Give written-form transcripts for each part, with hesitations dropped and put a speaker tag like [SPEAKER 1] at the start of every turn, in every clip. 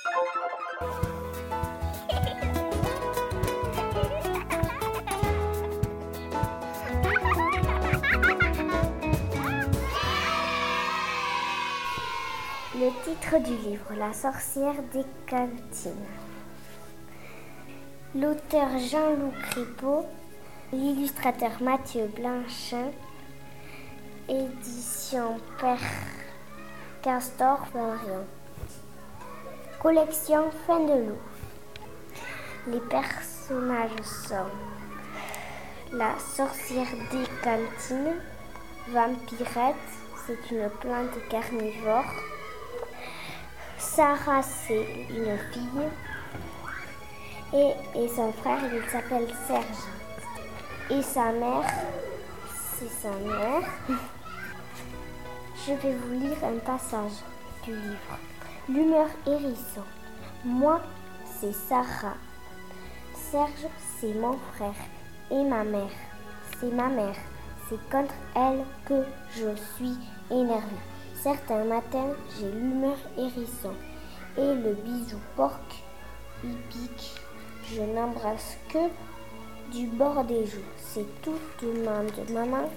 [SPEAKER 1] Le titre du livre, La sorcière des cantines. L'auteur Jean-Loup Crépeau, l'illustrateur Mathieu Blanchin, édition Père Castor Florian. Collection Fin de Loup. Les personnages sont la sorcière des cantines, Vampirette, c'est une plante carnivore. Sarah, c'est une fille. Et son frère, il s'appelle Serge. Et sa mère, c'est sa mère. Je vais vous lire un passage du livre. L'humeur hérisson. Moi, c'est Sarah. Serge, c'est mon frère. Et ma mère, c'est ma mère. C'est contre elle que je suis énervée. Certains matins, j'ai l'humeur hérisson. Et le bisou porc hippique. Je n'embrasse que du bord des joues. C'est tout, demande maman.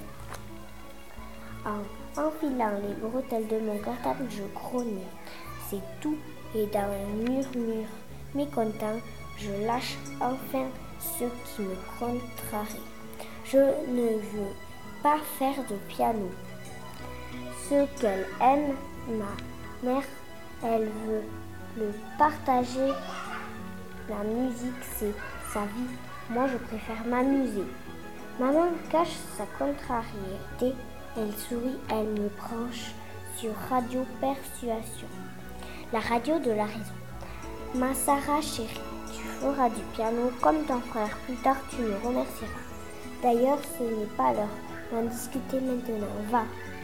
[SPEAKER 1] En enfilant les bretelles de mon cartable, je grognais. C'est tout, et dans un murmure mécontent, je lâche enfin ce qui me contrarie. Je ne veux pas faire de piano. Ce qu'elle aime, ma mère, elle veut le partager. La musique, c'est sa vie. Moi, je préfère m'amuser. Maman cache sa contrariété. Elle sourit, elle me branche sur Radio Persuasion, la radio de la raison. Ma Sarah chérie, tu feras du piano comme ton frère. Plus tard, tu me remercieras. D'ailleurs, ce n'est pas l'heure d'en discuter maintenant. Va,